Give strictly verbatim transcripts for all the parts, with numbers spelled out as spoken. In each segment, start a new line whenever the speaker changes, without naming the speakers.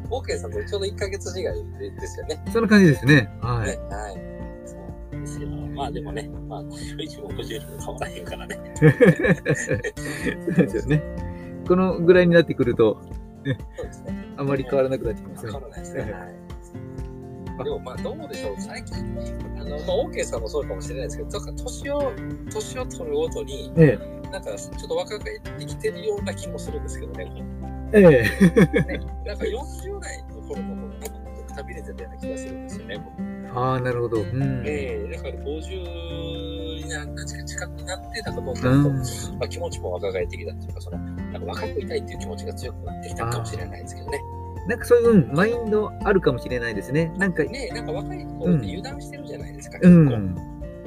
オーケー さんとちょうどいっかげつ違いですよね。
そんな感じですね。はい。
ね、はい。そうですけど、まあでもね、まあごじゅういちもごじゅうにも変わらへんからね。
そうですよね。このぐらいになってくると、ね、
そうですね。
あまり変わらなくなってきますね。
変わらないですね。はい。でもまあどうでしょう、最近、あの、まあ、オーケー さんもそうかもしれないですけど、なんか年を、年を取るごとに、
ええ、
なんかちょっと若返ってきてるような気もするんですけどね。
ええ。
ね、なんかよんじゅう代の頃の方がなんかくたびれてたような気がするんですよね。
ああ、なるほど。うん、
ええー、だからごじゅうにな近くなって、なんかどんどんと、
うん、
まあ、気持ちも若返ってきたっていうか、その、なんか若くいたいっていう気持ちが強くなってきたかもしれないですけどね。
なんかそういう、うん、マインドあるかもしれないですね。なんか、
ね、なんか若い頃って油断してるじゃないですか、
うん、
結構。
うん。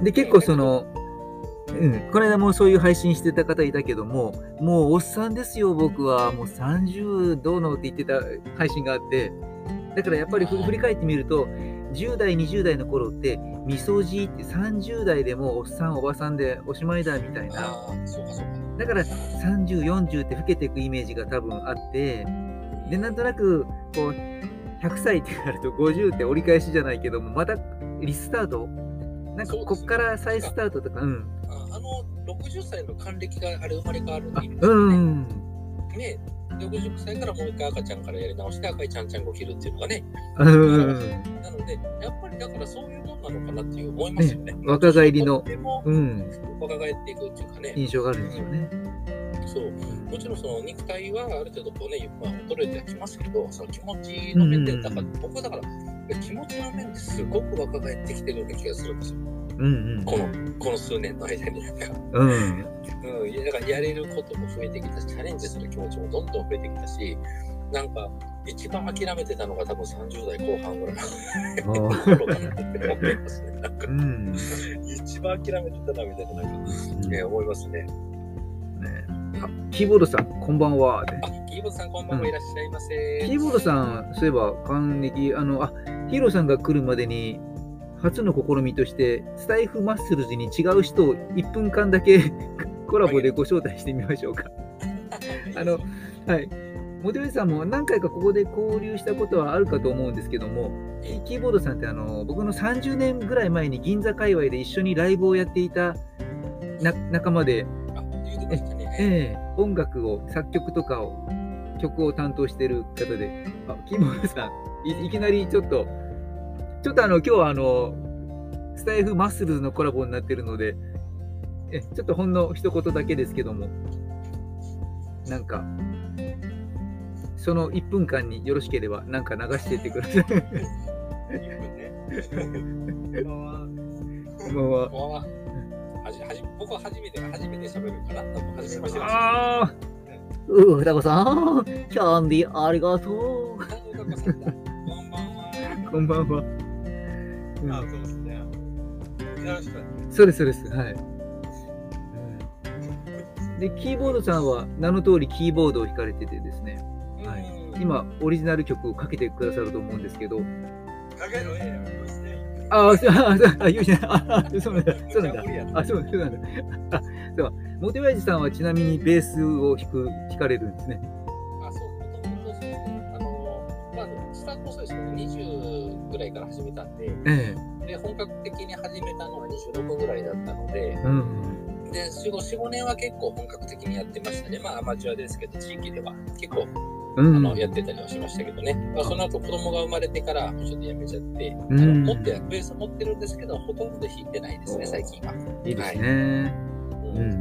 で、結構その、うん、この間もそういう配信してた方いたけども、もうおっさんですよ、僕は。もうさんじゅうどうのって言ってた配信があって、だからやっぱり振り返ってみると、じゅう代、にじゅう代の頃って、みそじってさんじゅう代でもおっさん、おばさんでおしまいだみたいな。
そうかそうか。
だからさんじゅう、よんじゅうって老けていくイメージが多分あって、で、なんとなく、こう、ひゃくさいってなるとごじゅうって折り返しじゃないけども、またリスタートなんかこっから再スタートとか、うん。
あの、ろくじゅっさいの還暦があれ生まれ変わるって意味
ですよね。うん。
ね、ろくじゅっさいからもう一回赤ちゃんからやり直して赤いちゃんちゃんこ着るっていうのがね。
うん。
なので、やっぱりだからそういうもんなのかなっていう思いますよね。
ね、若返りの、
うん、若返っていくっていうかね。
印象があるんですよね。
そう、もちろんその肉体はある程度こうね、まあ、衰えてはきますけど、その気持ちの面で、だから、僕はだから気持ちの面ですごく若返ってきてるような気がするんですよ。うんうん、このこの数年の間になんか、うん、うん、だからやれることも増えてきたし、チャレンジする気持ちもどんどん増えてきたし、なんか一番諦めてたのが多分さんじゅう代後半ぐらいの頃かなって思いますね。なんか、うん、一番諦めてたなみたいななんか、ね、思いますね。
ね、あ、キーボードさん、こんばんは。
あ、キーボードさん、こんばんは、いらっしゃいませ。
うん、キーボードさん、そういえば、還暦、あの、あ、ヒーローさんが来るまでに、初の試みとして、スタイフマッスルズに違う人をいっぷんかんだけコラボでご招待してみましょうか。あの、はい。モデルさんも何回かここで交流したことはあるかと思うんですけども、キーボードさんってあの僕のさんじゅうねんぐらい前に銀座界隈で一緒にライブをやっていたな仲間で、ええ、音楽を、作曲とかを、曲を担当している方で、あ、キーボードさんい、いきなりちょっと、ちょっとあの今日はあのスタイフマッスルズのコラボになっているので、えちょっとほんの一言だけですけども、なんか、そのいっぷんかんによろしければ、なんか流していってください。こんばんは。こんばんは。
僕は初めて、初めて喋るかな。初めまして。
ああ、うふたこさん、キャンディーありがとう。こんばんは。
あ、そうですね。
そうです、そうです。はい。で、キーボードさんは名の通りキーボードを弾かれててですね、はい、今、オリジナル曲をかけてくださると思うんですけど、かけろえああ、そうなんだ。あ、そうなんだ。そうなんだ。あ、そうなんだ。あ、そう。モテワイジさんはちなみにベースを弾く、弾かれるんですね。
あ、そう、もともとそうですね。あの、まあ、スタートそうですけど、にじゅうぐらいから始めたんで、ええ、で、本格的に始めたのはにじゅうろくぐらいだったので、うん、で、よん、ごねんは結構本格的にやってましたね。まあ、アマチュアですけど、地域では結構、うん、あのやってたりはしましたけどね、まあ、その後子供が生まれてからちょっとやめちゃって、うん、あの持ってベース持ってるんですけど、ほとんど弾いてないですね、最近は。
いいですね。うんうん。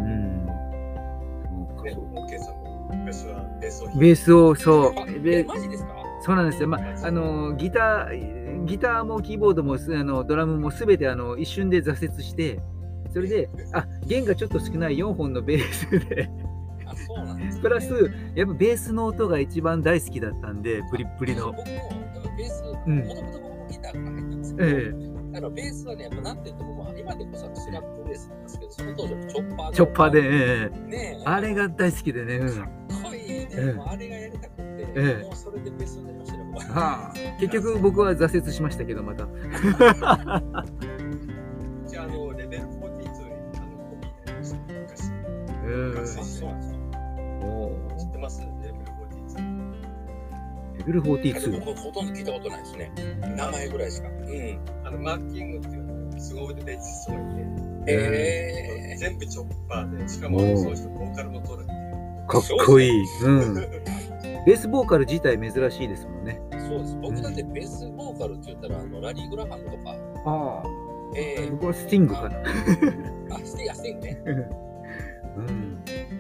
オッケーさんも昔はベースを弾いて
ベースを、そう。
え、マジですか？
そうなんですよ。まあ、あのギター、ギターもキーボードもあのドラムもすべてあの一瞬で挫折して、それで、あ、弦がちょっと少ないよんほんのベースで。
そうなんですね、
プラス、やっぱベースの音が一番大好きだったんで、プリップリの。
僕もベース、もともと僕もギターから入ったんですけど、ええ、あのベースはね、やっぱなんて言っても、今でこそスラップベースなんですけど、その当時はチョッパーで。
チョッパーで、ええ、
ね、
あれが大好きでね。うん、か
っこいいね、ええ、もうあれがやりたくて、ええ、もうそれでベースになりましたね、僕は。
はあ、結局僕は挫折しましたけど、また。
じゃあ、あの、レベルよんじゅうににあのコピーになりました、昔。昔、そうなんですか。知ってます？レベルよんじゅうに。
レベルよんじゅう
あれ
に。
僕ほとんど聞いたことないですね。名前ぐらいしか。うん。
あの、マーキングっていうのは、すごいですごいんで、
へ
全部チョッパーで、しかも
おー
そういう人ボーカルも取るっていう。
かっこいい。うん。ベースボーカル自体珍しいですもんね。
そうです。僕だってベースボーカルって言ったら、あのラリー・グラハムとか。
ああ。
えー、
僕はスティングかな。
あ、スティング、スティングね。
うん。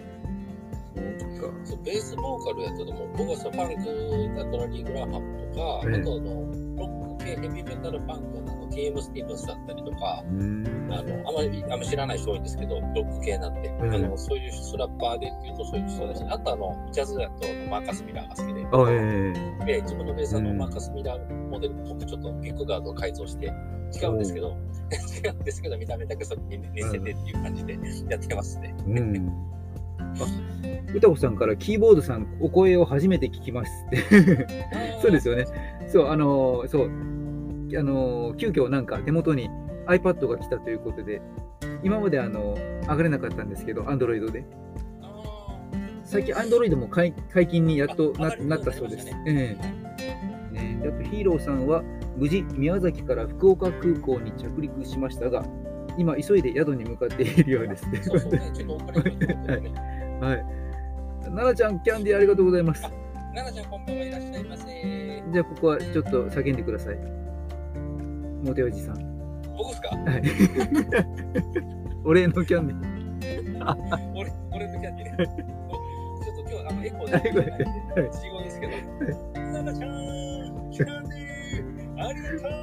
そうベースボーカルやったと思う。僕はそのファンクだとラリー・グラハムとか、
ええ、
あとあのロック系ヘビーメタルファンクのあの ティーエム スティーブンスだったりとか、
うん、
あのあまりあんま知らない人多いんですけど、ロック系なんで、
ええ、
あのそういうスラッパーでっていうとそういう人ですね。あとあのジャズだとマーカス・ミラーが好きで、
あ、ええ、
で自分のベースのマーカス・ミラーモデルっぽくちょっとピックガードを改造して違うんですけど、違うんですけど見た目だけそっに似せてっていう感じでやってますね。
うん。あ、歌子さんからキーボードさんお声を初めて聞きますってそうですよね。そう、あのそう、あの急遽なんか手元に iPad が来たということで、今まであの上がれなかったんですけど、Android で。最近 Android も解解禁にやっと な, なったそうです。ねええね、あとヒーローさんは無事宮崎から福岡空港に着陸しましたが、今急いで宿に向かっているようですね。
そうそうね、ちょっと遅れてるんですね。
はい。奈々ちゃん、キャンディーありがとうございます。
奈々ちゃん、こんばんはいらっしゃいませ。
じゃあ、ここはちょっと叫んでください。モテおじさん。
僕ですか？
はい。お礼のキャンディ
ー。俺、俺のキャンディーね。ちょっと今日、あの、エコーで聞こえないんで、違うんですけど。奈々ちゃん、キャンディー、ありがと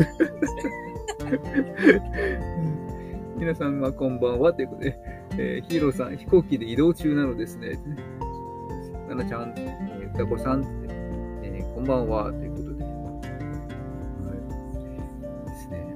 う。
皆さんはこんばんはということで、えー、ヒーローさん、飛行機で移動中なのですね。ななちゃん、えー、歌子さん、えー、こんばんはということで。はい、ですね。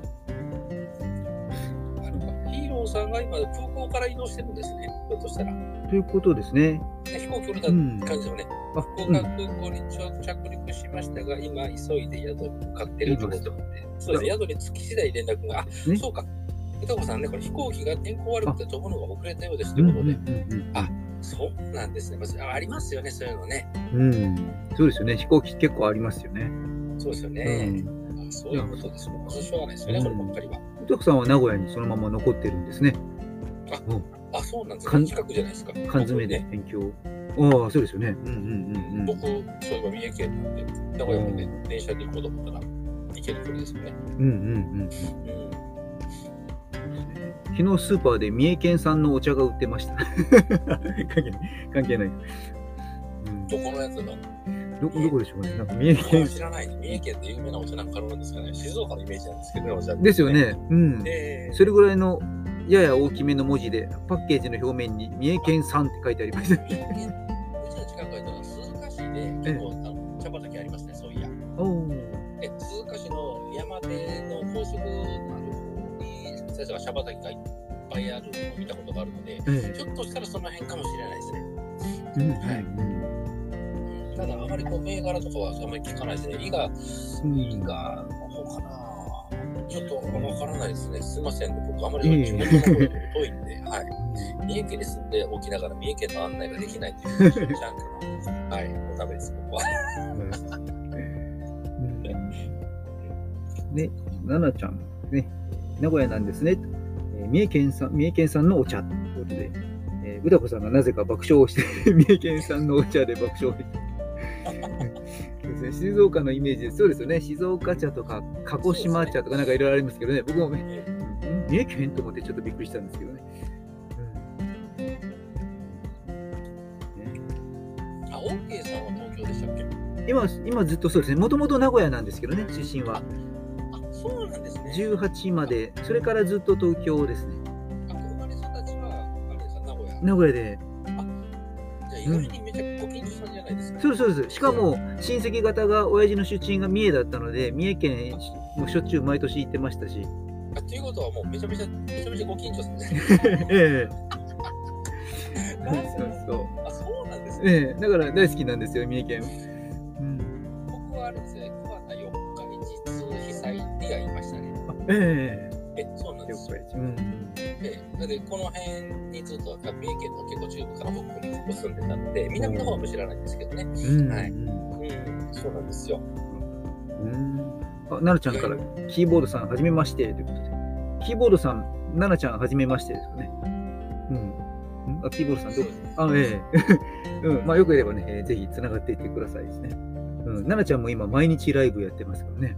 ヒーローさんが今、空港から移動してるんですね。ひょっとしたら。
ということですね。
飛行機降りた感じですよね。うん、福岡空港に着陸しましたが、今、急いで宿に向かっているということで、そうですね、宿に着き次第連絡が、あ、ね、そうか。歌子さんね、これ飛行機が天候悪くて飛ぶのが遅れたようですということで、うんうんうんうん、あ、そうなんですね。ありますよね、そういうのね。
うん、そうですよね。飛行機結構ありますよね。
そうですよね。うん、あ、そういうことですね。しょうがないですよね、うん、こればっかりは。
歌子さんは名古屋にそのまま残ってるんですね。
あ、うん、あ、そうなんですね。近くじゃないですか。
缶詰で勉強。ああ、そうですよね。うんうんうんうん。
僕、そういえば三重県なんで、名古屋まで電車で行こうと思ったら行ける距離ですよね。
うんうんうん。うん、昨日スーパーで三重県産のお茶が売ってました。関係ない。関係ない。うん、
どこのやつだ？
どこどこでしょうね。なんか三重県。
知らない。三重県って有名なお茶なんかあるんですかね。静岡のイメージなんですけどね、お茶、ね。
ですよね。うん。
えー、
それぐらいのやや大きめの文字で、パッケージの表面に三重県産って書いてありました。
三重県、うちの近くは鈴鹿市で結構、ええ、茶畑ありますね、そういや。
お
え鈴鹿市の山手の高速のある方に、先生が茶畑がいっぱいあるのを見たことがあるので、ええ、ひょっとしたらその辺かもしれないですね。うん、はい。うん、ただ、あまりこう銘柄とかはあまり聞かないですね。伊賀、伊賀の方かな。ちょっとわからないですね。すみません、ね。僕、あまり地元の方に遠いんで、はい。三重県に住んでおきながら、三重県の案内ができないという、ジャンクな、はい、おダメです、僕は。
で、奈々ちゃん、ね、名古屋なんですね。えー、三重県産、三重県産のお茶ということで、えー、歌子さんがなぜか爆笑をして、三重県産のお茶で爆笑をして。静岡のイメージです。そうですよね。静岡茶とか鹿児島茶とかなんかいろいろありますけどね。僕も、ね、三重県と思ってちょっとびっくりしたんですけどね。
うん、あ、オーケーさんは東京でしたっけ？
今、今ずっとそうですね。もともと名古屋なんですけどね、出身は。
あ、そうなんですね。
じゅうはちまで、それからずっと東京ですね。
あ、生まれ育ちは、あれですか、名古屋。
名古屋で。
意外にめちゃご近所さんじゃないですか。
そうそうです。しかも親戚方が親父の出身が三重だったので、三重県もしょっちゅう毎年行ってましたし。
あ、ということはもうめちゃめちゃめちゃめちゃご近所さんですね。
ええ。
そうそう。あ、そうなんですね。
ええ、だから大好きなんですよ、三重県。
うん。僕はあれですね、桑名四日市通被災にはいましたね。
あ、ええ。
え、そうなんですよ。
うん、
で、でこの辺にずっと三重県の結構中部から北部に住んでたので、南の方も知らないんですけどね。
うん、
はい。うん。 そうなんですよ。
うん。あ、奈々ちゃんから、キーボードさん、はじめましてということで。キーボードさん、奈々ちゃん、はじめましてですよね。うん。あ、キーボードさん、どうあ、ええ。うん。まあ、よければね、えーぜひつながっていってくださいですね。うん。奈々ちゃんも今、毎日ライブやってますからね。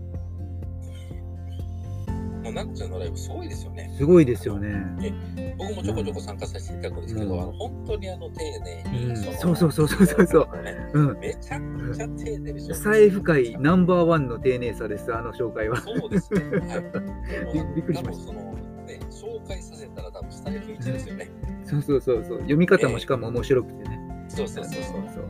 もうなっちゃんのライブすごいですよね。
すごいですよね。
僕もちょこちょこ参加させていただくんですけど、
うん
あの本当にあの丁寧に、
うん
の
そうそうそうそうそううん。
めちゃくちゃ丁寧でしょ。
スタイフ界ナンバーワンの丁寧さです、あの紹介は。
そうですね。はい。
びびっくりしました
多分そのね、紹介させたら多分スタイフいちですよね。
そうそうそうそう。読み方もしかも面白くてね。
そうそうそうそう。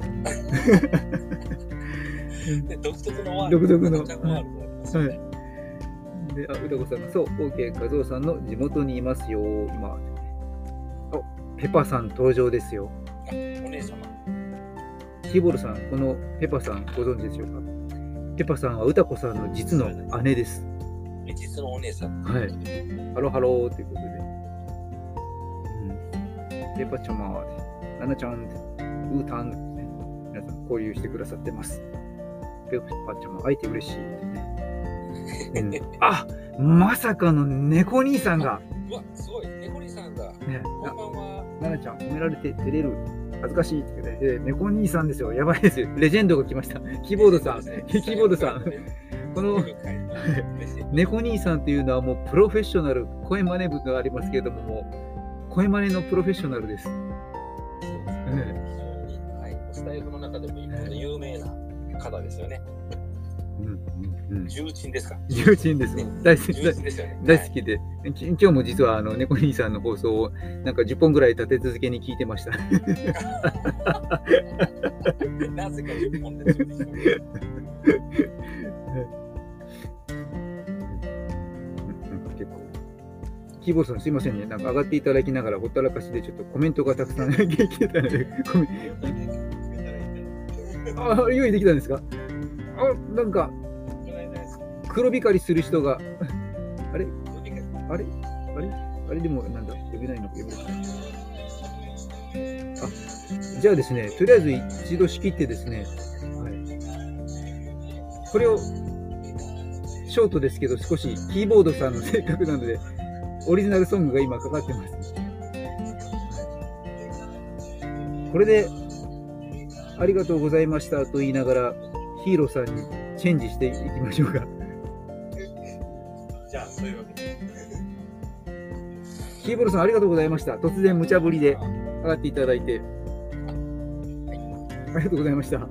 そう
で独特のワー
独特の
ワールドありますよね。
で、あ、うたこさんが、そう、OK、和夫さんの地元にいますよ、今。あ、ペパさん登場ですよ。
あ、お姉様。
キーボードさん、このペパさんご存知でしょうか。ペパさんはうたこさんの実の姉です。
実のお姉さん。
はい。ハローハローということで。うん。ペパちゃまで、ナナちゃんで、ウータンでね、皆さん交流してくださってます。ペパちゃま、会えて嬉しいですね。うん、あ、まさかの猫兄さんが。
うわ、すごい、猫兄さんだ。
ね、
こんばんは。
ナナちゃん、褒められて照れる。恥ずかしいって言って、えー、猫兄さんですよ。やばいですよ。レジェンドが来ました。キーボードさん。キーボードさん。この猫兄さんというのはもうプロフェッショナル、声真似部がありますけれども、もう声真似のプロフェッショナルです。
そうですね。非常に、はい、スタイフの中でも有名な方ですよね。
うんうんうん、
重鎮ですか。
重鎮ですね。大好き
重鎮ですよね。
大好きで、はい、今日も実はあの猫兄さんの放送をなんかじゅっぽんぐらい立て続けに聞いてました。
なぜかじゅっぽんでしょうね。
結構キーボードさんすいませんね。なんか上がっていただきながらほったらかしでちょっとコメントがたくさん聞いてたので、コメあ、用意できたんですか。あ、なんか黒光りする人があれあれあれあれでもなんだ呼べないのか呼べないあ、じゃあですね、とりあえず一度仕切ってですね、はい、これをショートですけど少しキーボードさんの性格なのでオリジナルソングが今かかってます。これでありがとうございましたと言いながらヒーローさんにチェンジしていきましょうか。
じゃあ、そういうわけで。
キーボードさんありがとうございました。突然無茶ぶりで上がっていただいて。ありがとうございました。はい。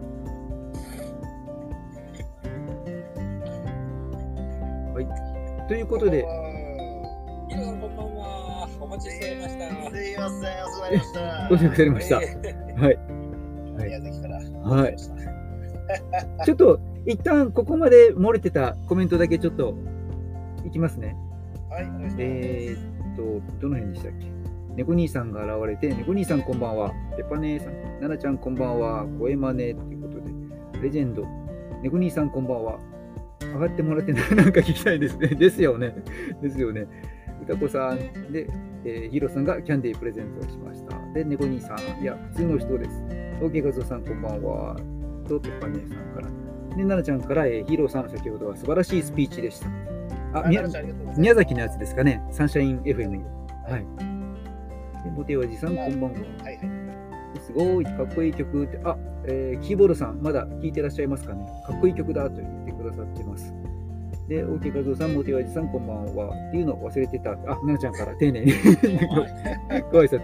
ということで。
皆さんこんばんは。お待ちしておりました。
すいません、お世話になりました。
ご視聴されました。はい。
宮崎から。
はい。ちょっと一旦ここまで漏れてたコメントだけちょっといきますね。
はい。
えー、っと、どの辺でしたっけ。猫兄さんが現れて、猫兄さんこんばんは。ペパ姉さん、ナナちゃんこんばんは。声真似ということで、レジェンド、猫兄さんこんばんは。上がってもらってなんか聞きたいですね。ですよね。ですよね。歌子さんで、えー、ヒロさんがキャンディープレゼントをしました。で、猫兄さん、いや、普通の人です。オーケー画像さんこんばんは。と、ペパ姉さんから。で、ナナちゃんから、えー、ヒーローさん、先ほどは素晴らしいスピーチでした。あ、宮宮崎のやつですかね。サンシャイン エフエム。はい。で、モテワジさん、こんばんは。
はいはい。
すごい、かっこいい曲って、あ、えー、キーボードさん、まだ聴いてらっしゃいますかね。かっこいい曲だと言ってくださってます。で、オーケー画像さん、モテワジさん、こんばんは。っていうのを忘れてた。あ、ナナちゃんから丁寧にご挨拶。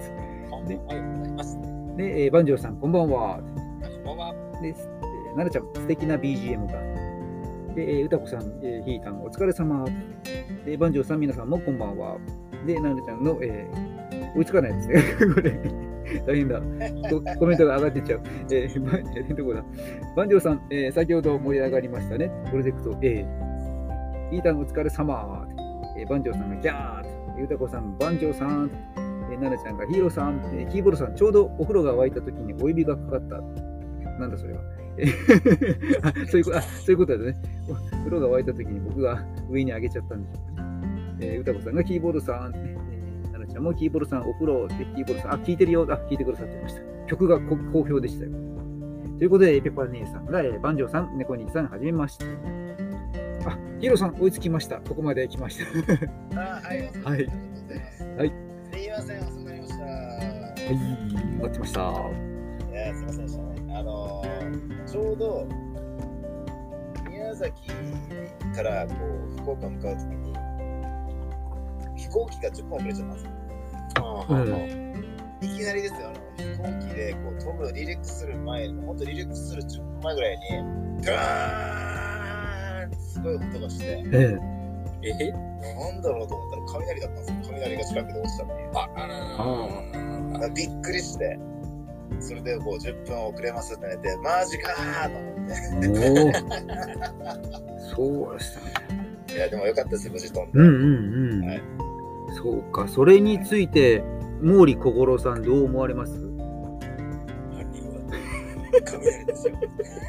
で、で、えー、バンジョーさん、こんばんは。
こんばんは。
で、えー、ナナちゃん、素敵な ビージーエム が。で、歌子さん、えー、ヒータン、お疲れ様。で、バンジョーさん、皆さんもこんばんは。で、ナナちゃんの、えー、追いつかないですね。これ、大変だ。コメントが上がってっちゃう。えー、ばどこだ。バンジョーさん、えー、先ほど盛り上がりましたね。プロジェクト A。ヒータン、お疲れ様。えー、バンジョーさんがギャー。歌子さん、バンジョーさん。えー、ナナちゃんがヒーローさん。えー、キーボードさん、ちょうどお風呂が沸いた時にお指がかかった。なんだそれは。あそういうこと、あ、そういうことですね。風呂が沸いたときに僕が上に上げちゃったんでしょうかね。えー、歌子さんがキーボードさん、えー、奈々ちゃんもキーボードさん、お風呂でキーボードさん、あ、聞いてるよ、あ、聞いてくださってました。曲が好評でしたよ。 ということで、ペッパー姉さんが、えー、バンジョーさん、猫兄さん、はじめまして。あ、ヒーローさん、追いつきました。ここまで来ました。
あ、はい、お疲れ様です。
はい。はい。
すいません、遅くなりました。はい
い、待ってました。
いや、すいませんでしたね。あのー、ちょうど、宮崎からこう福岡向かうときに、飛行機がじゅっぷん遅れちゃったんですよ。
うん、
いきなりですよ、あの飛行機でこう飛ぶ、離陸する前、本当離陸するじゅっぷんまえぐらいに、ガーンってすごい音がして、
え
ええ
なんだろうと思ったら雷だったんですよ。雷が近くで落ちたっていう。
ああらら
びっくりして、それでこうじゅっぷん遅れますってなって、マジかーと思って。
おそうでしたね。
いや、でもよかったです、無事飛んで。
うんうんうん。はい、そうか、それについて、毛利小五郎さん、どう思われます？
犯人は雷ですよ。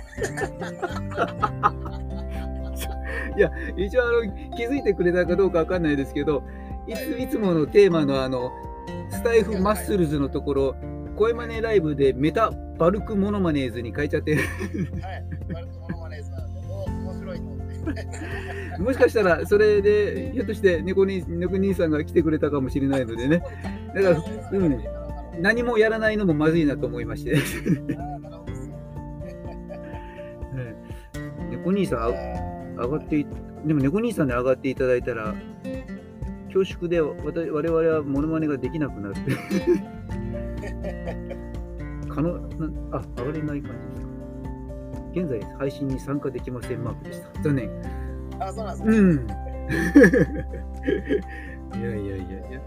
いや、一応あの気づいてくれたかどうかわかんないですけど、いついつものテーマのあのスタイフマッスルズのところ、声マネライブでメタバルクモノマネーズに変えちゃって、はい、
バルクモノマネーズなんで、もう面白いと思って。
もしかしたらそれでひょっとして猫兄猫兄さんが来てくれたかもしれないのでね。だから、うん、何もやらないのもまずいなと思いまして。猫兄さん上がってい、でも猫兄さんで上がっていただいたら恐縮で我々はモノマネができなくなる。可能なあ、上がれない感じですか。現在配信に参加できませんマークでした。残念。
あ、そうなんですか。
うん。いやいやいやいや。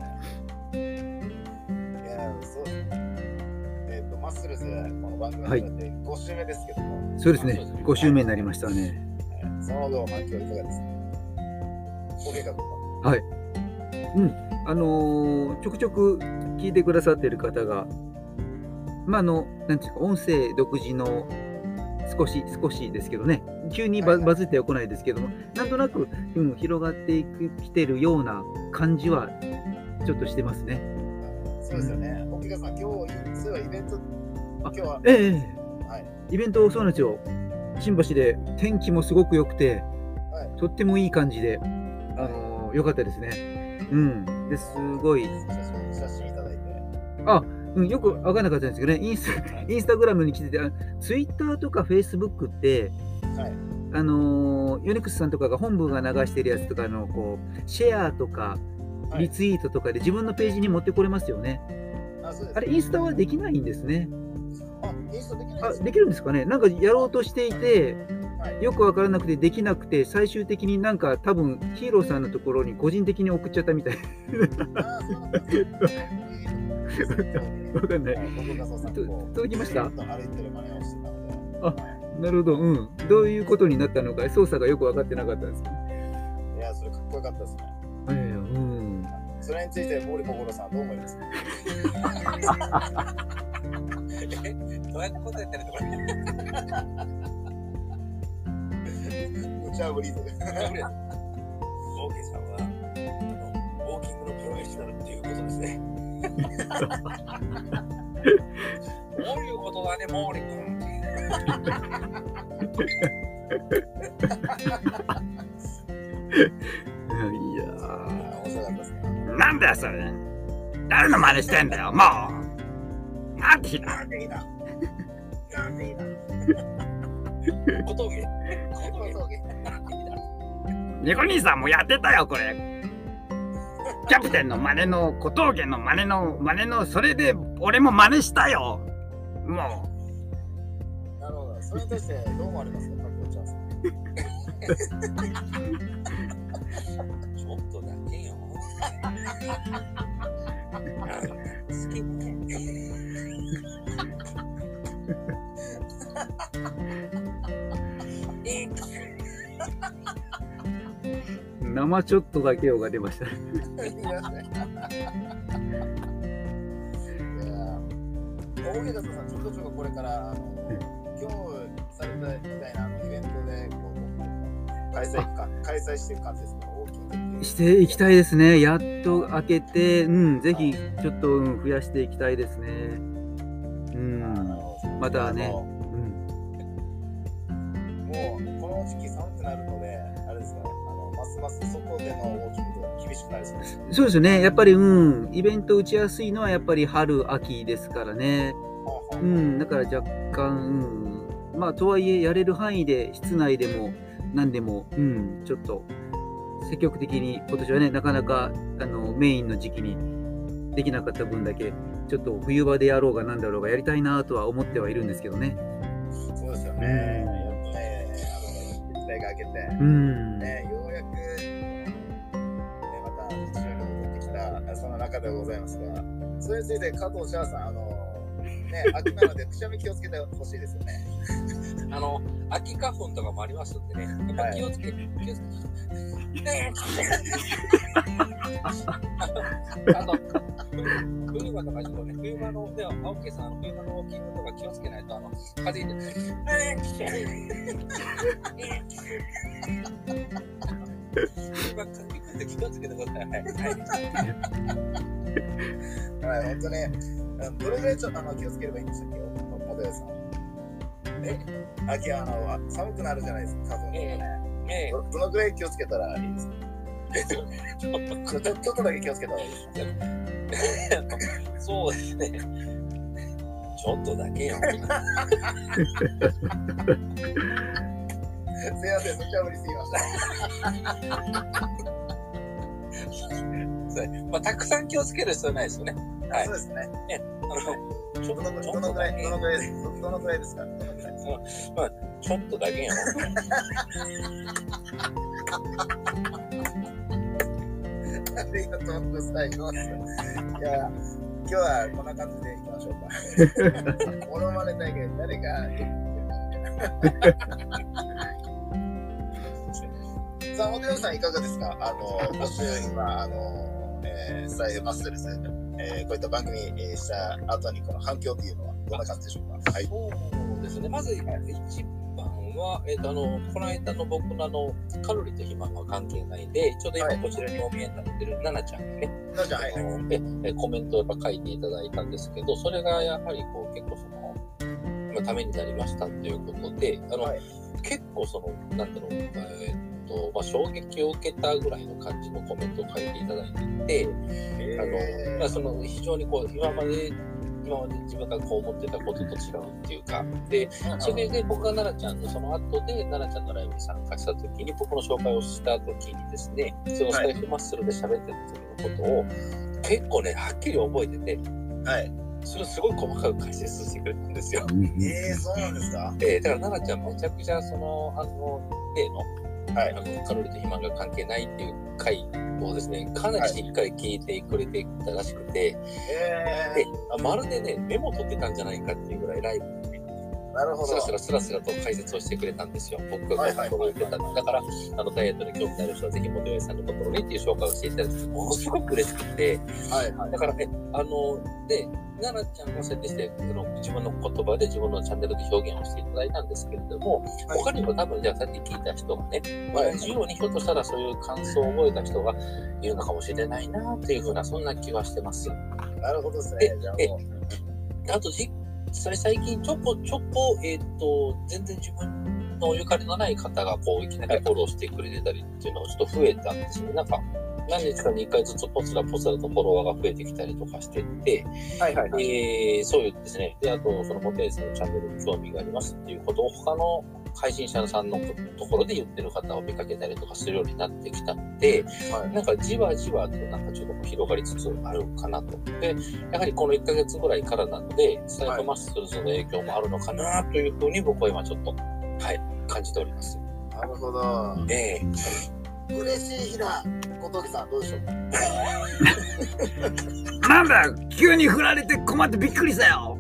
いや、そう。えっと、マッスルズ、この番組始まってご週目ですけども。
はい、そうですね。ご週目になりましたね。
その後、反響いかがですか？お計画は。
はい。うん。あのー、ちょくちょく聞いてくださっている方が、まあ、あの、なんていうか、音声独自の少し、少しですけどね、急に バ,、はいはい、バズっては来ないですけども、なんとなく、うん、広がっていくきてるような感じは、ちょっとしてますね。
そうですよね。奥田さん、今日、そういえばイベント、今日は。
ええはい、イベント、そうなんですよ。新橋で天気もすごく良くて、はい、とってもいい感じで、あのー、良かったですね。うん。ですごい。
写真、写真いただいて。
あ、うん、よく分からなかったんですけどね、インスタ、インスタグラムに来てて、ツイッターとかフェイスブックって、はい、あのー、ヨネクスさんとかが本部が流してるやつとかのこうシェアとかリツイートとかで自分のページに持ってこれますよね。
はい、あ、そうです。
あれ、インスタはできないんですね。
あ、インスタできないんですか？
あ、できるんですかね。なんかやろうとしていて、よく分からなくてできなくて、最終的になんか多分ヒーローさんのところに個人的に送っちゃったみたい。
あ、そうなんですね。
わかんない。届きました？あ、なるほど。うん。どういうことになったのか、操作がよく分かってなかったんですけど。
いや、それかっこよかったですね。
ええ、うん。
それについて、毛利小五郎さん、どう思いますか？
え、どうやって答えてるのこれ。
無茶ぶりで。
オーケーさんは、ウォーキングのプロフェッショナルっていうことですね。こういうことだね、毛利君。
いや
ー、
なんだよそれ。誰の真似してんだよ、もう。なんていいだ。
なんていいだ。なんていいだ。
小峠。
小峠。
ニコ兄さんもやってたよ、これ。キャプテンの真似の小峠の真似の真似のそれで俺も真似したよ。も
う。なるほど。それに対してどう思われますか、パクコちゃんさん。
ちょっとだけよ。好きね。
生ちょっとだけよが出ました。
大江田さん、ちょっとちょっとこれからあの今日されたみたいなイベントでこう開催か開催していく感じですか？大きい
していきたいですね。やっと開けて、うん、ぜひちょっと、うん、増やしていきたいですね。うん、またね、うん、
の時期寒くなるので、あれですか、あのますます外でのウォーキングが厳しくなりそうです。
そうですよね。やっぱり、うん、イベント打ちやすいのはやっぱり春、秋ですからね。うん、だから若干、うん、まあ、とはいえ、やれる範囲で、室内でも、何でも、うん、ちょっと、積極的に、今年はね、なかなか、あの、メインの時期にできなかった分だけ、ちょっと冬場でやろうがなんだろうがやりたいなとは思ってはいるんですけどね。
そうですよね。やっとね、あの、期待が明けて、
うん。
ね、ようやく、ね、また日常に戻ってきた、その中でございますが、それについて加藤シャーさん、あの、ね、秋なのでくしゃみ気をつけてほしいですよね。
あの、秋花粉とかもありますんでね、やっぱ気をつけて、はい、気をつけて。あの、冬場とかちょっとね、冬場の、では、青木さん、冬場のウォーキングとか気をつけないと、あの、風邪ひいて、冬場風邪ひいて気をつけてください。はい。
はい、本当ね、どれぐらいちょっとあの気をつければいいんでしたっけ、モデルさん。え、秋はあの寒くなるじゃないですか、花粉とかね。ええ、ど, どのぐらい気をつけたらいいですか？ちょっとちょっとだけ気をつけたらいいですか？
そうですね。ちょっとだけよ。
すいません、無茶ぶりすぎました。
まあ、たくさん気をつける必要ないですよね。はい。
そうですね。
ね、あの、ちょっと
どのどのぐらいどのぐらいですか？どのぐらいですか？
まあ、ちょっとだけよ。
ありがとうございます。いや、今日はこんな感じでいきましょうか。モノマネ大会、誰がさあ、モデルさんいかがですか？あの、今週今、あの、えー、スタイルマッスルズ、えー、こういった番組、えー、した後にこの反響というのはどんな感じでしょうか？はい。
そうですね。まず、一番は、えっと、あの、この間の僕のあの、カロリーと肥満は関係ないで、ちょうど今こちらにお見えになってるナナちゃんがね、
ナナちゃん、はいはい
え、コメントをやっぱ書いていただいたんですけど、それがやはりこう、結構その、まあ、ためになりましたということで、あの、はい、結構その、なんだろう、えー、っと、まあ、衝撃を受けたぐらいの感じのコメントを書いていただいていて、あの、まあ、その、非常にこう、今まで、今まで自分がこう思ってたことと違うっていうか、で、それで僕が奈々ちゃんのその後で、奈々ちゃんのライブに参加した時に、僕の紹介をした時にですね、そのスタイフマッスルで喋ってた時のことを、結構ね、はっきり覚えてて、はい。それをすごい細かく解説してくれたんですよ。
えー、そうなんですか？
えー、だから奈々ちゃんめちゃくちゃその、あの、例の、はい、あのカロリーと肥満が関係ないっていう回をですね、かなりしっかり聞いてくれていたらしくて、はい、でまるでね、メモ取ってたんじゃないかっていうぐらいライブにね、
なるほど、
スラスラスラスラと解説をしてくれたんですよ。僕がこう言ってたんで、だからあのダイエットに興味のある人はぜひ元吉さんのところにっていう紹介をしていただいて、ものすごく嬉しくて、はいはい、だからね、あので奈々ちゃんが設定してあの自分の言葉で自分のチャンネルで表現をしていただいたんですけれども、はい、他にも多分じゃあさっき聞いた人がね、はい、同じようにひょっとしたらそういう感想を覚えた人がいるのかもしれないなっていうふうなそんな気はしてます。
なるほどですね。
で、であと実際最近ちょこちょこえっ、ー、と全然自分のゆかりのない方がこういきなりフォローしてくれてたりっていうのがちょっと増えたんですよね。なんか何日かにいっかいずつポツラポツラとフォロワーが増えてきたりとかしてて、はいはいはい、えー、そういうですね、で、あと、そのモテースのチャンネルに興味がありますっていうことを他の配信者さんのところで言ってる方を見かけたりとかするようになってきたので、はい、なんかじわじわとなんかちょっと広がりつつあるかなと。で、やはりこのいっかげつぐらいからなので、スタイフマッスルズの影響もあるのかなというふうに僕は今ちょっと、はい、感じております。
なるほど。
ええ
ー。嬉しい日だ。小峠さんどうでしょうか？
なんだ急に振られて困ってびっくりしたよ。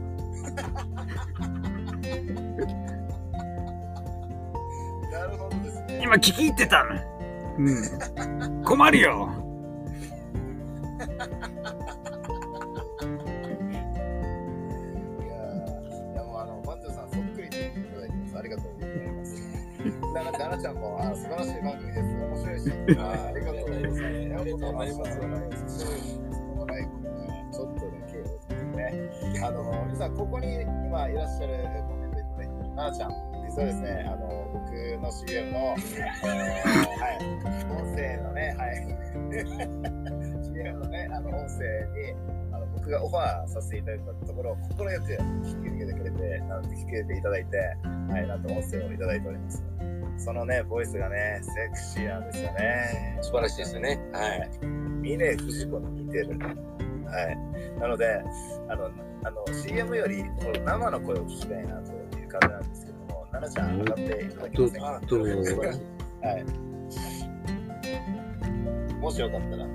なるほどですね。
今聞き入ってたの。うん。困るよ。
いやいやもうあの番長さんそっくりっていただいてます。ありがとうございます。奈々ちゃんもあ素晴らしい番組です。面白いし、あ, ありがとうございます。ありがとうございます。このライブね、ちょっとだけですね。あの皆さんここに今いらっしゃるコメントでね、奈々ちゃんですそうですね、あの僕の シーエム の、えー、はい、音声のね、はい、シーエム のね、あの音声にあの僕がオファーさせていただいたところを快く引き受けてくれて、なんて引き受けていただいて、はい、なんと音声をいただいております。そのね、ボイスがね、セクシーなんですよね。
素晴らしいですよね。はい。
峰不二子に似てる。はい。なので、あの、あの シーエム よりこの生の声を聞きたいなという感じなんですけども、奈々ちゃん、上がっていただけませんか。はい。もしよかったら、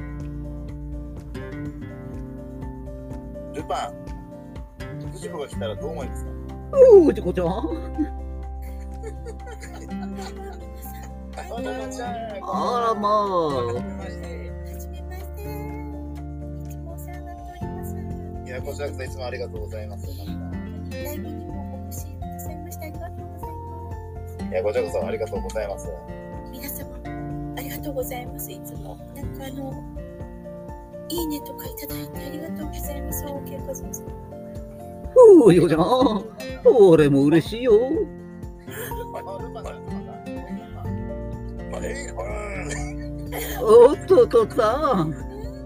ルパン、藤子が来たらどう思いますか。
おー、ちこちゃん。
あらまちゃん。
あらまあ。
はじめまして。
はじめまして。いつもお世話になっております。
いや、こちらこそいつもありがとうございます。
ライブにもお越しくださいましてありがとうございます。
いや、こちらこそありがとうございます。
皆様、ありがとうございます。いつも。なんかあの、いいねとかいただいてありがとうございます。おけいかずさん。
ふう、よちゃん。俺も嬉しいよ。
あ、ルパンさん、ルパンさん。
おっとっとっさん。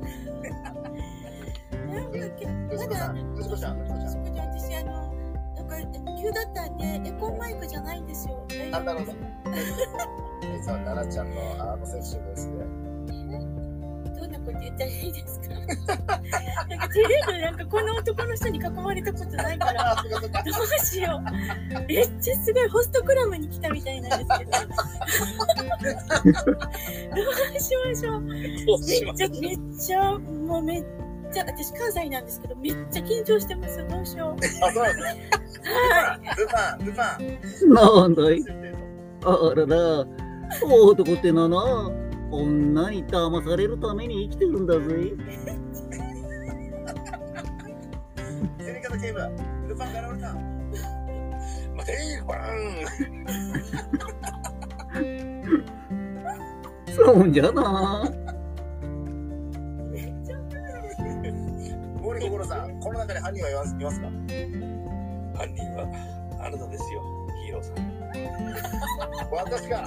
藤子さん、藤子ちゃん、藤子ちゃん。
私あの、なんか急だったんで、エコーマイクじゃないんですよ。
あ、なるほど。いつも奈々ちゃんのあのセクシーボイスで。
どんなこと言ったらいいですか。なんかテレビなんかこの男の人に囲まれたことないからどうしよう。めっちゃすごいホストクラブに来たみたいなんですけどどうしましょう。めっちゃめっちゃもうめっちゃ私関西なんですけどめっちゃ緊張してます。どうしよう。
あ、そうなんですね。
はい。
ルパン、ルパン。
なんだい。あらら、男ってのはな、女に騙されるために生きてるんだぜ。
セリカの警部、ルパンから降りた。
待てー、バ
ーン。そうじゃな。
毛利心さん、この中に犯人はいますいますか。
犯人はあなたですよ、ヒーローさん。
私か。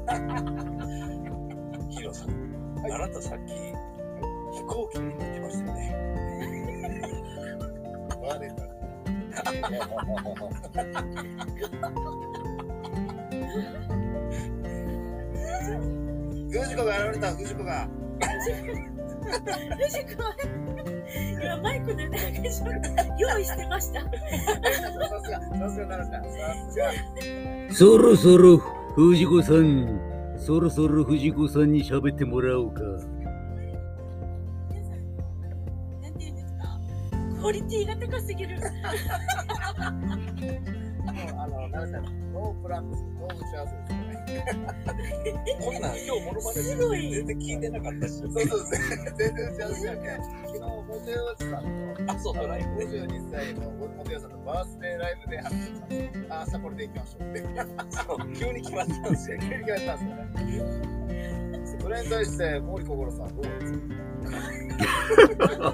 ヒーローさん、はい、あなたさっき飛行機に乗ってましたよね。
バレた。藤子が現れた。藤子が。
藤子は今マイクの中で用意してました。
さすが、さすが奈々さん。さすが。
そろそろ藤子さん、そろそろ藤子さんに喋ってもらおうか。
皆さん、なんていうんですか、クオリティが高すぎる。
もうあの奈々さん、ノープランです。ノー打ち合わせですね。
こんなん今日モノマネ
すごい
全然聞いてなかったし。
そうそうですね。全然打ち合わせじゃなくて、昨日モテヨさんの
あ、そうそう、ライブ
ごじゅうにさいのモテヨさんのバースデーライブで話してたんです。あ、明日これで行きましょうって。
そう急に決まったんですよ。
急に決まったんですよね。それに対して毛利心さんどう思いますか。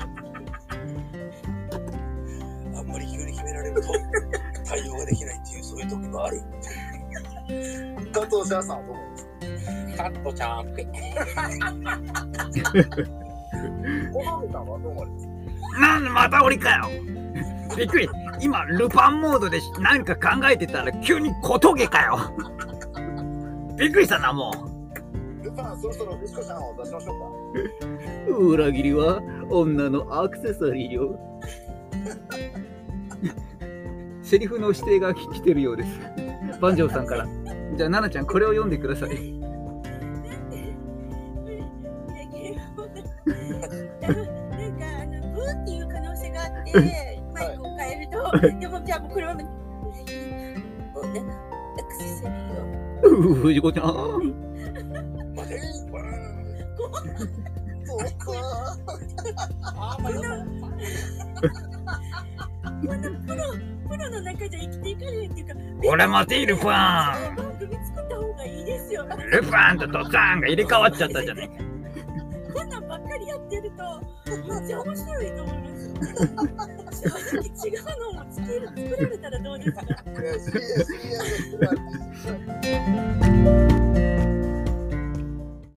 あんまり急に決められると対応ができないっていうそういう時もある。
加藤シャーさんはどう思いますか。
カットちゃんって。
小野さんはどう思いますか。
なんまた俺かよ。びっくり。今ルパンモードで何か考えてたら急に小峠かよ。びっくりしたなも
う。ルパンそろそろ藤子ちゃんを出しましょ
うか。裏切りは女のアクセサリーよ。セリフの指定が来てるようです。番長さんから。じゃあ奈々ちゃんこれを読んでください。
なんかあのブーっていう可能性があってマイクを変えると、でもじゃあもうこれは女のアクセサリーを。
藤子ちゃん。
待てー、バーン。
そうか。
あー、まあ、
このプロプロの中じゃ生きていかないっていうか。
これ待てルパン。
番組作った方がいいですよ。
ルパンとドッサンが入れ替わっちゃったじゃないか。
こんなんばっかりやってるとめっちゃ面白いと思います。 正直違うのも作る作られたらどうですか。
いやシリアスシリアス作るアーティス